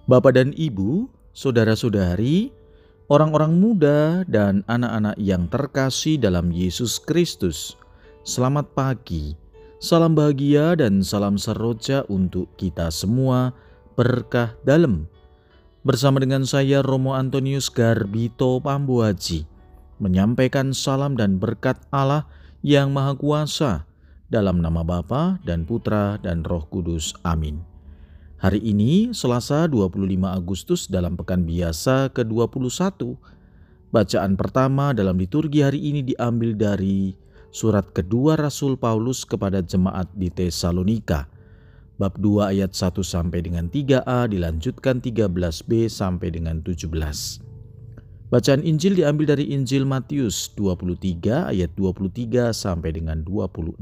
Bapak dan Ibu, saudara-saudari, orang-orang muda dan anak-anak yang terkasih dalam Yesus Kristus, selamat pagi, salam bahagia dan salam seroja untuk kita semua, berkah dalem. Bersama dengan saya Romo Antonius Garbito Pambuaji, menyampaikan salam dan berkat Allah yang Maha Kuasa, dalam nama Bapa dan Putra dan Roh Kudus. Amin. Hari ini Selasa 25 Agustus dalam pekan biasa ke-21. Bacaan pertama dalam liturgi hari ini diambil dari surat kedua Rasul Paulus kepada jemaat di Tesalonika. Bab 2 ayat 1 sampai dengan 3a dilanjutkan 13b sampai dengan 17. Bacaan Injil diambil dari Injil Matius 23 ayat 23 sampai dengan 26.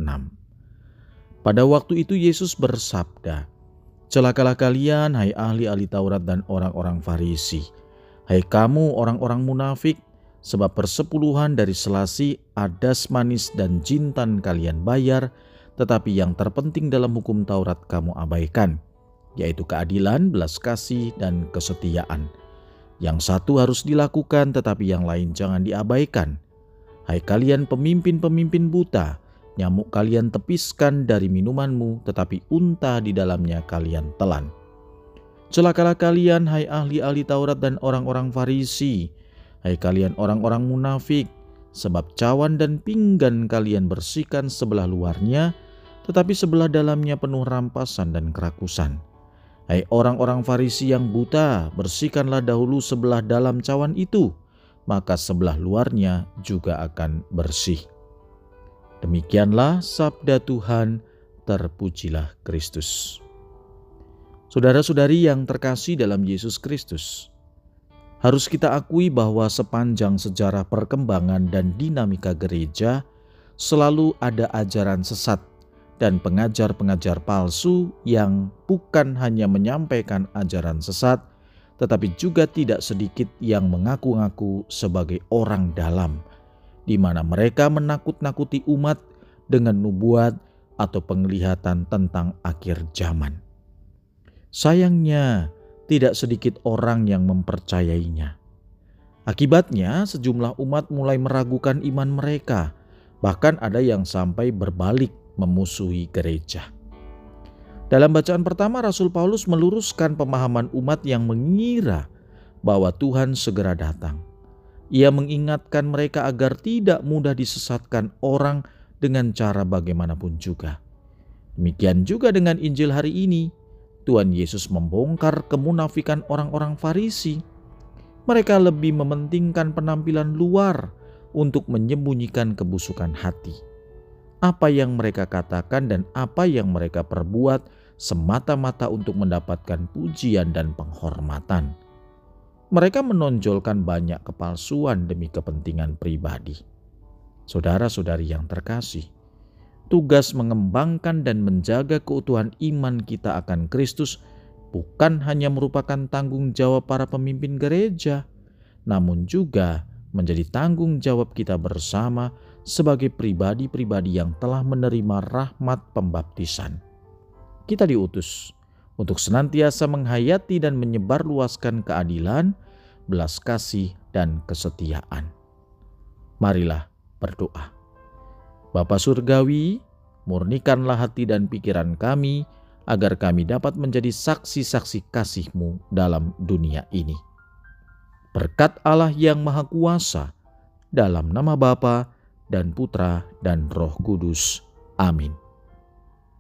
Pada waktu itu Yesus bersabda, "Celakalah kalian, hai ahli-ahli Taurat dan orang-orang Farisi. Hai kamu orang-orang munafik, sebab persepuluhan dari selasi, adas manis dan jintan kalian bayar, tetapi yang terpenting dalam hukum Taurat kamu abaikan, yaitu keadilan, belas kasih, dan kesetiaan. Yang satu harus dilakukan, tetapi yang lain jangan diabaikan. Hai kalian pemimpin-pemimpin buta, nyamuk kalian tepiskan dari minumanmu, tetapi unta di dalamnya kalian telan. Celakalah kalian, hai ahli-ahli Taurat dan orang-orang Farisi, hai kalian orang-orang munafik, sebab cawan dan pinggan kalian bersihkan sebelah luarnya, tetapi sebelah dalamnya penuh rampasan dan kerakusan. Hai orang-orang Farisi yang buta, bersihkanlah dahulu sebelah dalam cawan itu, maka sebelah luarnya juga akan bersih." Demikianlah sabda Tuhan, terpujilah Kristus. Saudara-saudari yang terkasih dalam Yesus Kristus, harus kita akui bahwa sepanjang sejarah perkembangan dan dinamika gereja, selalu ada ajaran sesat dan pengajar-pengajar palsu yang bukan hanya menyampaikan ajaran sesat, tetapi juga tidak sedikit yang mengaku-ngaku sebagai orang dalam, di mana mereka menakut-nakuti umat dengan nubuat atau penglihatan tentang akhir zaman. Sayangnya, tidak sedikit orang yang mempercayainya. Akibatnya, sejumlah umat mulai meragukan iman mereka, bahkan ada yang sampai berbalik memusuhi gereja. Dalam bacaan pertama, Rasul Paulus meluruskan pemahaman umat yang mengira bahwa Tuhan segera datang. Ia mengingatkan mereka agar tidak mudah disesatkan orang dengan cara bagaimanapun juga. Demikian juga dengan Injil hari ini. Tuhan Yesus membongkar kemunafikan orang-orang Farisi. Mereka lebih mementingkan penampilan luar untuk menyembunyikan kebusukan hati. Apa yang mereka katakan dan apa yang mereka perbuat semata-mata untuk mendapatkan pujian dan penghormatan. Mereka menonjolkan banyak kepalsuan demi kepentingan pribadi. Saudara-saudari yang terkasih, tugas mengembangkan dan menjaga keutuhan iman kita akan Kristus bukan hanya merupakan tanggung jawab para pemimpin gereja, namun juga menjadi tanggung jawab kita bersama sebagai pribadi-pribadi yang telah menerima rahmat pembaptisan. Kita diutus untuk senantiasa menghayati dan menyebarluaskan keadilan, belas kasih, dan kesetiaan. Marilah berdoa. Bapa Surgawi, murnikanlah hati dan pikiran kami, agar kami dapat menjadi saksi-saksi kasih-Mu dalam dunia ini. Berkat Allah yang Maha Kuasa, dalam nama Bapa dan Putra dan Roh Kudus. Amin.